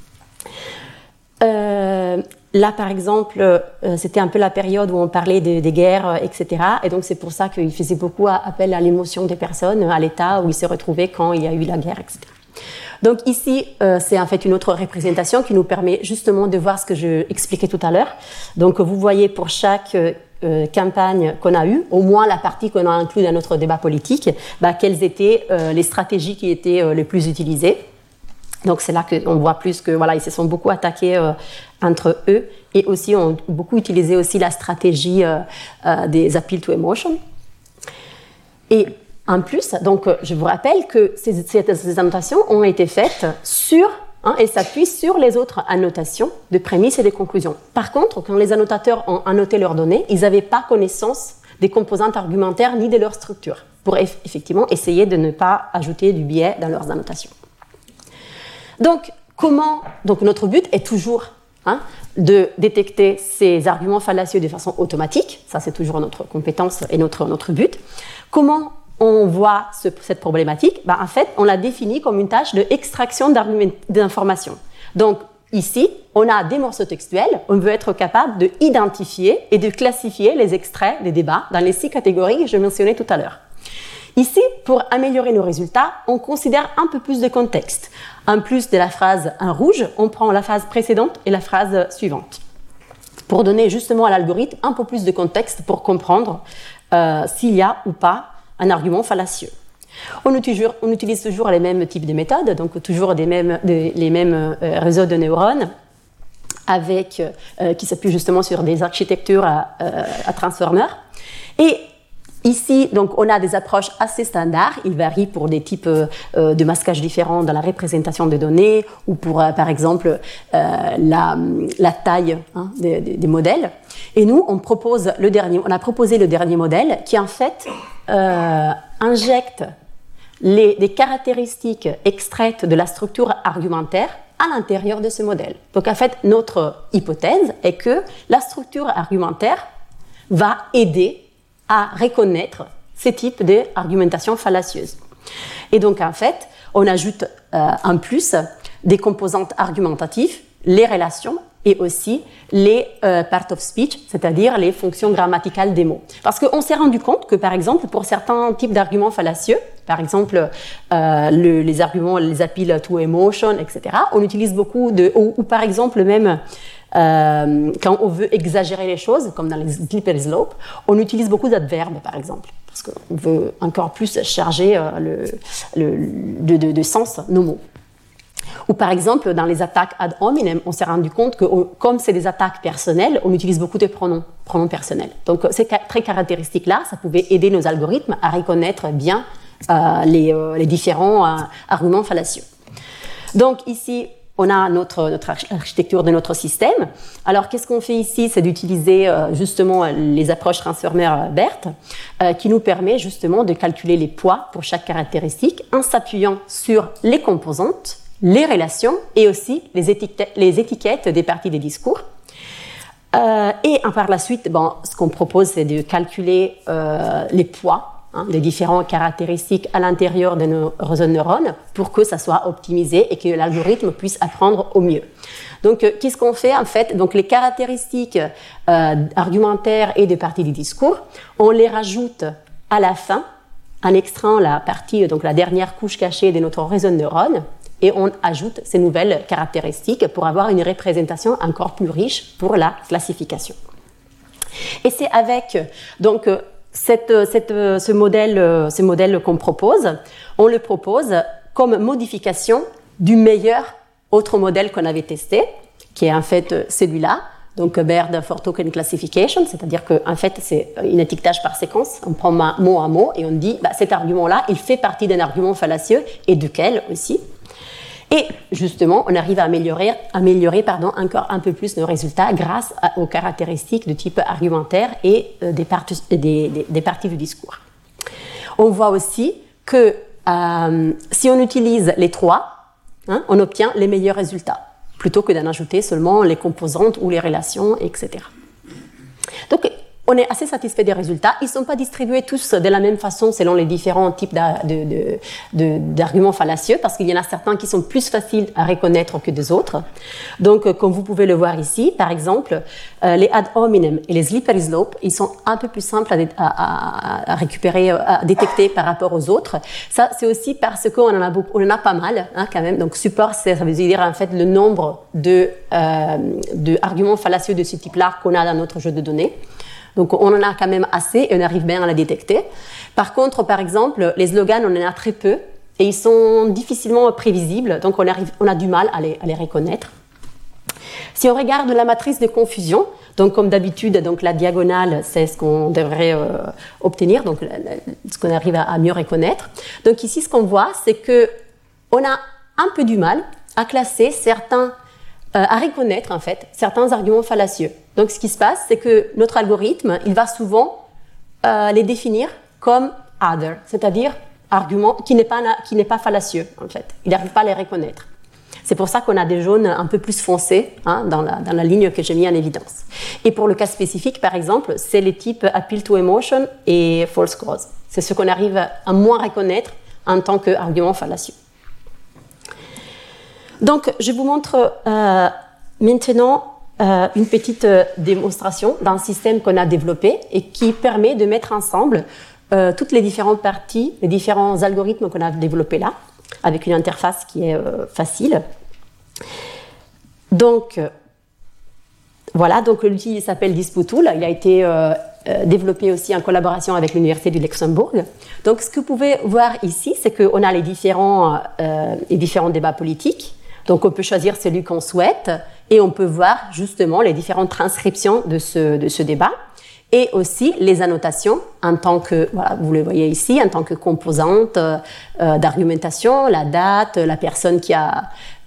Speaker 3: Là, par exemple, c'était un peu la période où on parlait des guerres, etc. Et donc, c'est pour ça qu'il faisait beaucoup appel à l'émotion des personnes, à l'état où ils se retrouvaient quand il y a eu la guerre, etc. Donc ici, c'est en fait une autre représentation qui nous permet justement de voir ce que je expliquais tout à l'heure. Donc vous voyez pour chaque campagne qu'on a eue, au moins la partie qu'on a inclue dans notre débat politique, quelles étaient les stratégies qui étaient les plus utilisées. Donc c'est là qu'on voit plus que ils se sont beaucoup attaqués entre eux et aussi ont beaucoup utilisé aussi la stratégie des appeal to emotion. Et en plus, donc je vous rappelle que ces annotations ont été faites et s'appuient sur les autres annotations de prémices et de conclusions. Par contre, quand les annotateurs ont annoté leurs données, ils n'avaient pas connaissance des composantes argumentaires ni de leur structure pour effectivement essayer de ne pas ajouter du biais dans leurs annotations. Donc notre but est toujours de détecter ces arguments fallacieux de façon automatique. Ça, c'est toujours notre compétence et notre but. Comment on voit cette problématique? En fait, on l'a définie comme une tâche d'extraction d'informations. Donc, ici, on a des morceaux textuels. On veut être capable d'identifier et de classifier les extraits des débats dans les 6 catégories que je mentionnais tout à l'heure. Ici, pour améliorer nos résultats, on considère un peu plus de contexte. En plus de la phrase en rouge, on prend la phrase précédente et la phrase suivante, pour donner justement à l'algorithme un peu plus de contexte pour comprendre s'il y a ou pas un argument fallacieux. On utilise toujours les mêmes types de méthodes, donc toujours les mêmes réseaux de neurones, qui s'appuient justement sur des architectures à transformers. Et ici, donc, on a des approches assez standards. Ils varient pour des types de masquage différents dans la représentation des données ou pour, par exemple, la taille des modèles. Et nous, on a proposé le dernier modèle qui, en fait, injecte des caractéristiques extraites de la structure argumentaire à l'intérieur de ce modèle. Donc, en fait, notre hypothèse est que la structure argumentaire va aider à reconnaître ces types d'argumentation fallacieuses. Et donc, en fait, on ajoute en plus des composantes argumentatives, les relations et aussi les part of speech, c'est-à-dire les fonctions grammaticales des mots. Parce qu'on s'est rendu compte que, par exemple, pour certains types d'arguments fallacieux, par exemple les arguments, les appeal to emotion, etc., on utilise beaucoup ou par exemple même quand on veut exagérer les choses, comme dans les slippery slopes, on utilise beaucoup d'adverbes, par exemple, parce qu'on veut encore plus charger de sens nos mots. Ou par exemple, dans les attaques ad hominem, on s'est rendu compte que, comme c'est des attaques personnelles, on utilise beaucoup de pronoms personnels. Donc, ces très caractéristiques-là, ça pouvait aider nos algorithmes à reconnaître bien les différents arguments fallacieux. Donc, ici, on a notre architecture de notre système. Alors, qu'est-ce qu'on fait ici? C'est d'utiliser justement les approches transformer-BERT qui nous permet justement de calculer les poids pour chaque caractéristique en s'appuyant sur les composantes, les relations et aussi les étiquettes des parties des discours. Et par la suite, ce qu'on propose, c'est de calculer les poids des différentes caractéristiques à l'intérieur de nos réseaux de neurones pour que ça soit optimisé et que l'algorithme puisse apprendre au mieux. Donc, qu'est-ce qu'on fait en fait? Donc, les caractéristiques argumentaires et des parties du discours, on les rajoute à la fin en extrayant la partie, donc la dernière couche cachée de notre réseau de neurones, et on ajoute ces nouvelles caractéristiques pour avoir une représentation encore plus riche pour la classification. Et c'est avec donc ce modèle qu'on propose, on le propose comme modification du meilleur autre modèle qu'on avait testé, qui est en fait celui-là, donc Baird for Token Classification, c'est-à-dire qu'en fait, c'est une étiquetage par séquence. On prend mot à mot et on dit cet argument-là, il fait partie d'un argument fallacieux et duquel aussi. Et justement, on arrive à améliorer encore un peu plus nos résultats grâce aux caractéristiques de type argumentaire et des parties du discours. On voit aussi que si on utilise les trois, on obtient les meilleurs résultats, plutôt que d'en ajouter seulement les composantes ou les relations, etc. Donc, on est assez satisfait des résultats. Ils ne sont pas distribués tous de la même façon selon les différents types d'arguments fallacieux, parce qu'il y en a certains qui sont plus faciles à reconnaître que des autres. Donc, comme vous pouvez le voir ici, par exemple, les ad hominem et les slippery slope, ils sont un peu plus simples à récupérer, à détecter par rapport aux autres. Ça, c'est aussi parce qu'on en a beaucoup, on en a pas mal, quand même. Donc, support, ça veut dire en fait le nombre de arguments fallacieux de ce type-là qu'on a dans notre jeu de données. Donc, on en a quand même assez et on arrive bien à la détecter. Par contre, par exemple, les slogans, on en a très peu et ils sont difficilement prévisibles, donc on a du mal à les reconnaître. Si on regarde la matrice de confusion, donc comme d'habitude, donc la diagonale, c'est ce qu'on devrait obtenir, donc ce qu'on arrive à mieux reconnaître. Donc ici, ce qu'on voit, c'est qu'on a un peu du mal à classer à reconnaître en fait certains arguments fallacieux. Donc ce qui se passe, c'est que notre algorithme, il va souvent les définir comme other, c'est-à-dire argument qui n'est pas fallacieux en fait. Il n'arrive pas à les reconnaître. C'est pour ça qu'on a des jaunes un peu plus foncés dans la ligne que j'ai mis en évidence. Et pour le cas spécifique, par exemple, c'est les types appeal to emotion et false cause. C'est ce qu'on arrive à moins reconnaître en tant qu'argument fallacieux. Donc, je vous montre maintenant une petite démonstration d'un système qu'on a développé et qui permet de mettre ensemble toutes les différentes parties, les différents algorithmes qu'on a développés là, avec une interface qui est facile. Donc, voilà, donc l'outil s'appelle DispuTool. Il a été développé aussi en collaboration avec l'Université du Luxembourg. Donc, ce que vous pouvez voir ici, c'est qu'on a les différents débats politiques. Donc, on peut choisir celui qu'on souhaite et on peut voir justement les différentes transcriptions de ce débat et aussi les annotations en tant que, voilà, vous le voyez ici, en tant que composante d'argumentation, la date, la personne qui a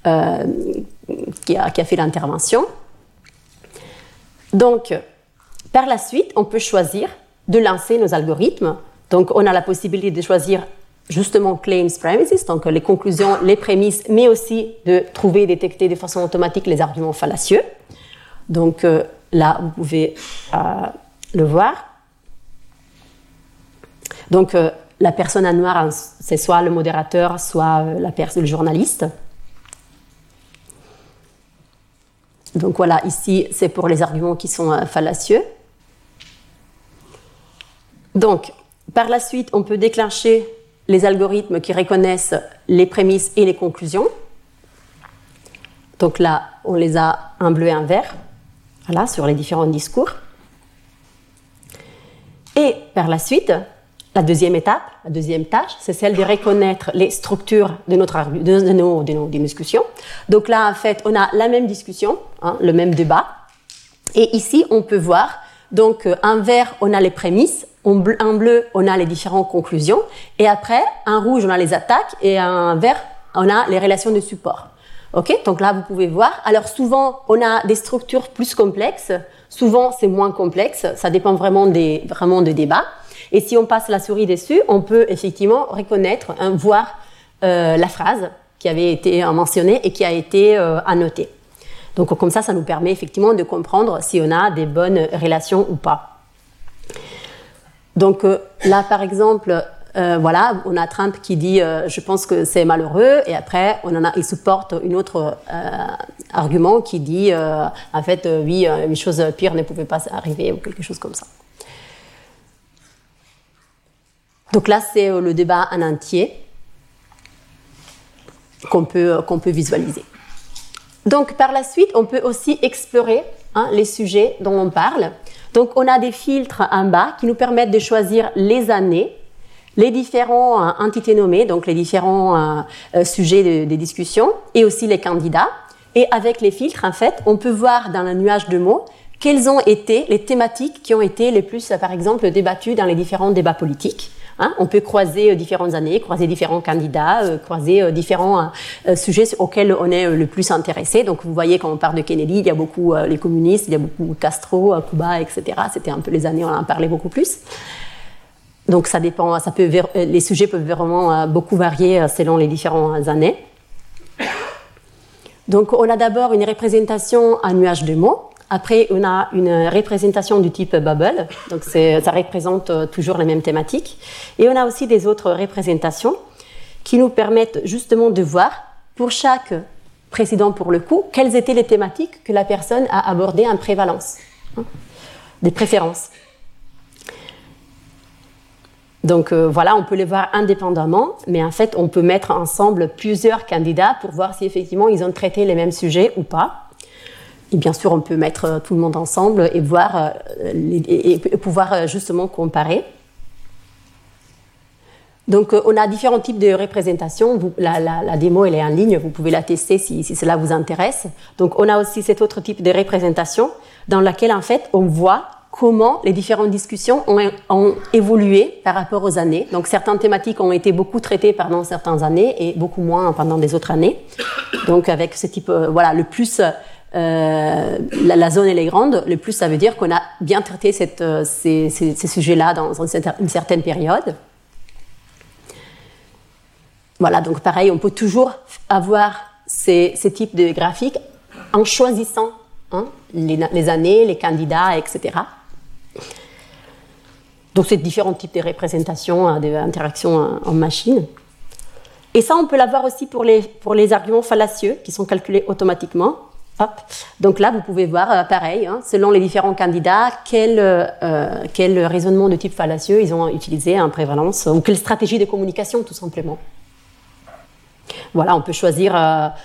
Speaker 3: fait l'intervention. Donc, par la suite, on peut choisir de lancer nos algorithmes. Donc, on a la possibilité de choisir justement claims premises, donc les conclusions, les prémices, mais aussi de trouver et détecter de façon automatique les arguments fallacieux. Donc là, vous pouvez le voir. Donc la personne en noir, c'est soit le modérateur, soit le journaliste. Donc voilà, ici, c'est pour les arguments qui sont fallacieux. Donc, par la suite, on peut déclencher les algorithmes qui reconnaissent les prémices et les conclusions. Donc là, on les a en bleu et en vert, voilà, sur les différents discours. Et par la suite, la deuxième étape, la deuxième tâche, c'est celle de reconnaître les structures de nos discussions. Donc là, en fait, on a la même discussion, le même débat. Et ici, on peut voir, donc en vert, on a les prémices. En bleu, on a les différentes conclusions. Et après, en rouge, on a les attaques. Et en vert, on a les relations de support. OK ? Donc là, vous pouvez voir. Alors souvent, on a des structures plus complexes. Souvent, c'est moins complexe. Ça dépend vraiment des débats. Et si on passe la souris dessus, on peut effectivement reconnaître, voir la phrase qui avait été mentionnée et qui a été annotée. Donc comme ça nous permet effectivement de comprendre si on a des bonnes relations ou pas. Donc là, par exemple, voilà, on a Trump qui dit je pense que c'est malheureux, et après il supporte une autre argument qui dit en fait oui, une chose pire ne pouvait pas arriver ou quelque chose comme ça. Donc là, c'est le débat en entier qu'on peut visualiser. Donc par la suite, on peut aussi explorer les sujets dont on parle. Donc, on a des filtres en bas qui nous permettent de choisir les années, les différents entités nommées, donc les différents sujets de discussion, et aussi les candidats. Et avec les filtres, en fait, on peut voir dans un nuage de mots quelles ont été les thématiques qui ont été les plus, par exemple, débattues dans les différents débats politiques. On peut croiser différentes années, croiser différents candidats, croiser différents sujets auxquels on est le plus intéressé. Donc vous voyez, quand on parle de Kennedy, il y a beaucoup les communistes, il y a beaucoup Castro, Cuba, etc. C'était un peu les années où on en parlait beaucoup plus. Donc ça dépend, les sujets peuvent vraiment beaucoup varier selon les différentes années. Donc on a d'abord une représentation à nuage de mots. Après, on a une représentation du type bubble, donc ça représente toujours les mêmes thématiques. Et on a aussi des autres représentations qui nous permettent justement de voir, pour chaque président pour le coup, quelles étaient les thématiques que la personne a abordées en prévalence, des préférences. Donc voilà, on peut les voir indépendamment, mais en fait, on peut mettre ensemble plusieurs candidats pour voir si effectivement ils ont traité les mêmes sujets ou pas. Et bien sûr, on peut mettre tout le monde ensemble et voir et pouvoir justement comparer. Donc, on a différents types de représentations. La démo, elle est en ligne. Vous pouvez la tester si cela vous intéresse. Donc, on a aussi cet autre type de représentation dans laquelle, en fait, on voit comment les différentes discussions ont évolué par rapport aux années. Donc, certaines thématiques ont été beaucoup traitées pendant certaines années et beaucoup moins pendant des autres années. Donc, avec ce type, voilà, le plus... la zone elle est grande, le plus ça veut dire qu'on a bien traité ces sujets-là dans une certaine période. Voilà, donc pareil, on peut toujours avoir ces types de graphiques en choisissant les années, les candidats, etc. Donc c'est différents types de représentations, d'interactions en machine. Et ça, on peut l'avoir aussi pour les arguments fallacieux qui sont calculés automatiquement. Hop. Donc là, vous pouvez voir, pareil, selon les différents candidats, quel raisonnement de type fallacieux ils ont utilisé en prévalence, ou quelle stratégie de communication, tout simplement. Voilà, on peut choisir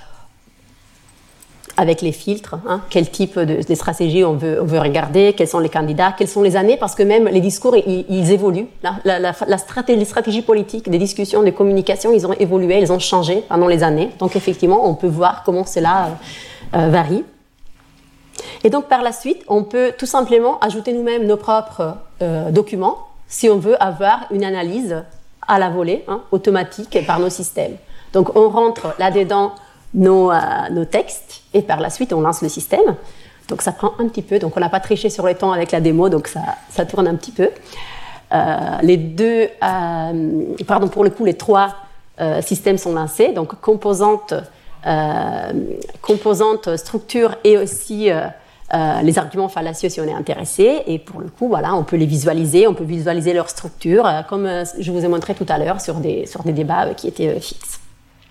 Speaker 3: avec les filtres, quel type de stratégie on veut regarder, quels sont les candidats, quelles sont les années, parce que même les discours, ils évoluent. Les stratégies politiques, des discussions, des communications, ils ont évolué, ils ont changé pendant les années. Donc effectivement, on peut voir comment cela... varie. Et donc par la suite, on peut tout simplement ajouter nous-mêmes nos propres documents si on veut avoir une analyse à la volée, automatique par nos systèmes. Donc on rentre là-dedans nos textes et par la suite on lance le système. Donc ça prend un petit peu, donc on n'a pas triché sur le temps avec la démo, donc ça tourne un petit peu. Pour le coup, les trois systèmes sont lancés, donc composante, structure et aussi les arguments fallacieux si on est intéressé. Et pour le coup, voilà, on peut les visualiser, on peut visualiser leur structure, comme je vous ai montré tout à l'heure sur des débats qui étaient fixes.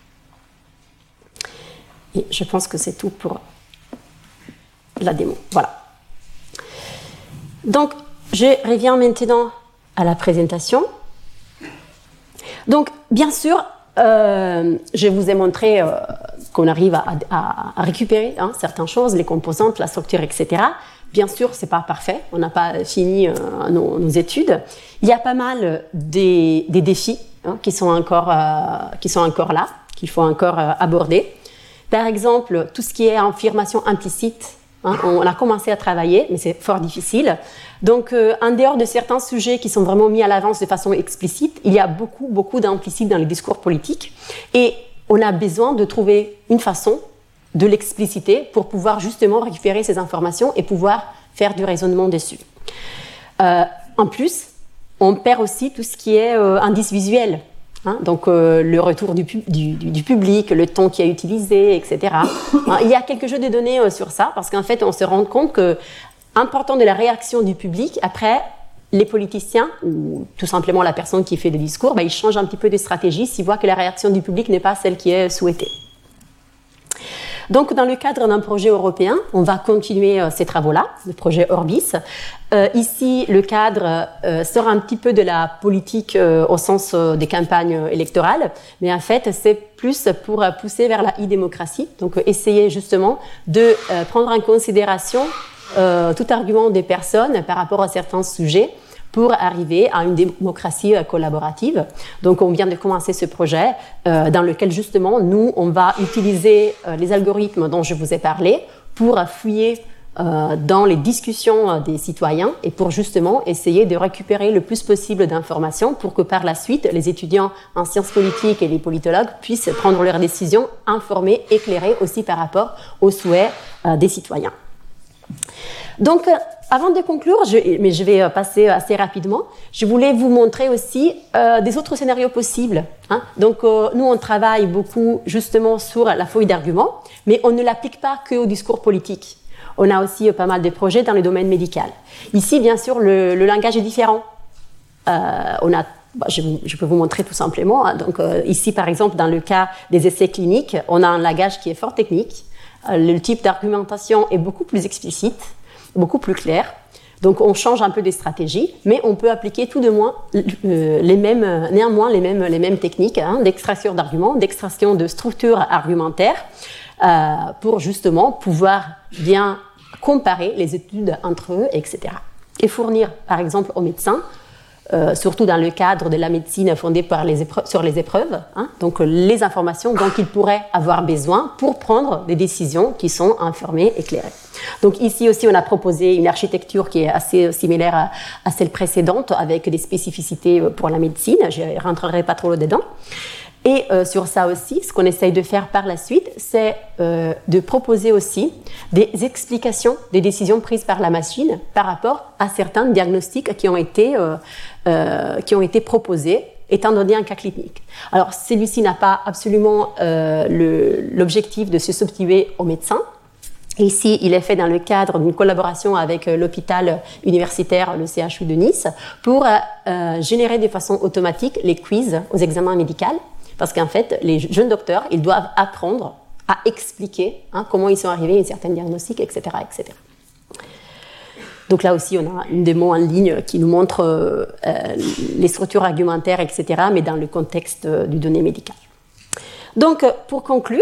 Speaker 3: Et je pense que c'est tout pour la démo. Voilà. Donc, je reviens maintenant à la présentation. Donc, bien sûr, je vous ai montré qu'on arrive à récupérer certaines choses, les composantes, la structure, etc. Bien sûr, ce n'est pas parfait, on n'a pas fini nos études. Il y a pas mal des défis qui sont encore là, qu'il faut encore aborder. Par exemple, tout ce qui est affirmation implicite, on a commencé à travailler, mais c'est fort difficile. Donc, en dehors de certains sujets qui sont vraiment mis à l'avance de façon explicite, il y a beaucoup d'implicites dans les discours politiques. Et on a besoin de trouver une façon de l'expliciter pour pouvoir justement récupérer ces informations et pouvoir faire du raisonnement dessus. En plus, on perd aussi tout ce qui est indice visuel. Donc le retour du public, le ton qui est utilisé, etc. Il y a quelques jeux de données sur ça, parce qu'en fait, on se rend compte que important de la réaction du public, après, les politiciens, ou tout simplement la personne qui fait le discours, ils changent un petit peu de stratégie s'ils voient que la réaction du public n'est pas celle qui est souhaitée. Donc, dans le cadre d'un projet européen, on va continuer ces travaux-là, le projet Orbis. Ici, le cadre sort un petit peu de la politique au sens des campagnes électorales, mais en fait, c'est plus pour pousser vers la e-démocratie, donc essayer justement de prendre en considération tout argument des personnes par rapport à certains sujets pour arriver à une démocratie collaborative. Donc on vient de commencer ce projet dans lequel justement nous on va utiliser les algorithmes dont je vous ai parlé pour fouiller dans les discussions des citoyens et pour justement essayer de récupérer le plus possible d'informations pour que par la suite, les étudiants en sciences politiques et les politologues puissent prendre leurs décisions informées, éclairées aussi par rapport aux souhaits des citoyens. Donc, avant de conclure, mais je vais passer assez rapidement, je voulais vous montrer aussi des autres scénarios possibles. Hein. Donc, nous, on travaille beaucoup justement sur la feuille d'arguments, mais on ne l'applique pas qu'au discours politique. On a aussi pas mal de projets dans le domaine médical. Ici, bien sûr, le langage est différent. Je peux vous montrer tout simplement. Hein. Donc, ici, par exemple, dans le cas des essais cliniques, on a un langage qui est fort technique. Le type d'argumentation est beaucoup plus explicite, beaucoup plus clair. Donc, on change un peu des stratégies, mais on peut appliquer tout de moins les mêmes techniques hein, d'extraction d'arguments, d'extraction de structures argumentaires pour justement pouvoir bien comparer les études entre eux, etc. Et fournir, par exemple, aux médecins, surtout dans le cadre de la médecine fondée sur les épreuves, hein, donc les informations dont ils pourraient avoir besoin pour prendre des décisions qui sont informées, éclairées. Donc ici aussi, on a proposé une architecture qui est assez similaire à celle précédente, avec des spécificités pour la médecine. Je ne rentrerai pas trop dedans. Et sur ça aussi, ce qu'on essaye de faire par la suite, c'est de proposer aussi des explications des décisions prises par la machine par rapport à certains diagnostics qui ont été proposés, étant donné un cas clinique. Alors, celui-ci n'a pas absolument l'objectif de se substituer aux médecins. Ici, il est fait dans le cadre d'une collaboration avec l'hôpital universitaire, le CHU de Nice, pour générer de façon automatique les quiz aux examens médicaux. Parce qu'en fait, les jeunes docteurs, ils doivent apprendre à expliquer comment ils sont arrivés à une certaine diagnostic, etc., etc. Donc là aussi, on a une démo en ligne qui nous montre les structures argumentaires, etc., mais dans le contexte du donné médical. Donc, pour conclure,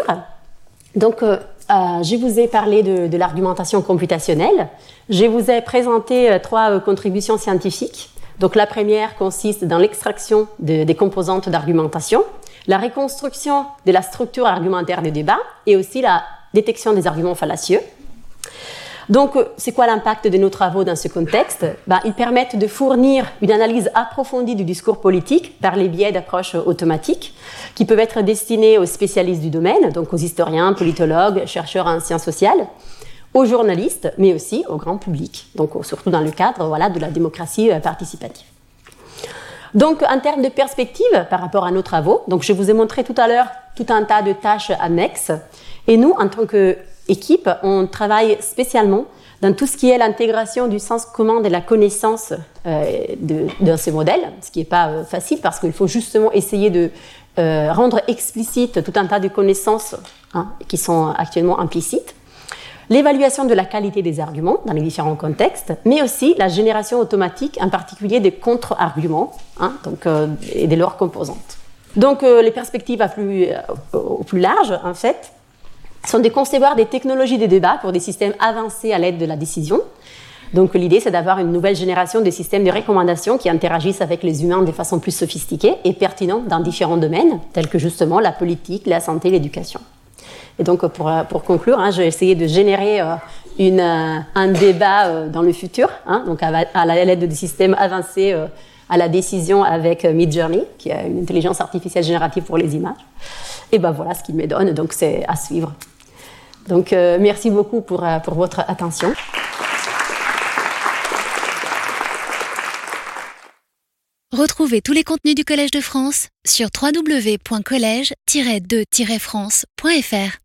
Speaker 3: je vous ai parlé de l'argumentation computationnelle. Je vous ai présenté 3 contributions scientifiques. Donc, la première consiste dans l'extraction des composantes d'argumentation, la reconstruction de la structure argumentaire des débats et aussi la détection des arguments fallacieux. Donc, c'est quoi l'impact de nos travaux dans ce contexte ? Ils permettent de fournir une analyse approfondie du discours politique par les biais d'approches automatiques qui peuvent être destinés aux spécialistes du domaine, donc aux historiens, politologues, chercheurs en sciences sociales, aux journalistes, mais aussi au grand public, donc surtout dans le cadre de la démocratie participative. Donc, en termes de perspective par rapport à nos travaux, donc je vous ai montré tout à l'heure tout un tas de tâches annexes. Et nous, en tant qu'équipe, on travaille spécialement dans tout ce qui est l'intégration du sens commun de la connaissance de ces modèles, ce qui n'est pas facile parce qu'il faut justement essayer de rendre explicite tout un tas de connaissances qui sont actuellement implicites. L'évaluation de la qualité des arguments dans les différents contextes, mais aussi la génération automatique, en particulier des contre-arguments et de leurs composantes. Donc, les perspectives au plus large, en fait, sont de concevoir des technologies de débat pour des systèmes avancés à l'aide de la décision. Donc, l'idée, c'est d'avoir une nouvelle génération de systèmes de recommandation qui interagissent avec les humains de façon plus sophistiquée et pertinente dans différents domaines, tels que justement la politique, la santé, l'éducation. Et donc, pour conclure, j'ai essayé de générer un débat dans le futur, donc à l'aide de systèmes avancés à la décision avec Midjourney, qui est une intelligence artificielle générative pour les images. Et voilà ce qu'il me donne, donc c'est à suivre. Donc, merci beaucoup pour votre attention.
Speaker 1: Retrouvez tous les contenus du Collège de France sur www.college-2-france.fr.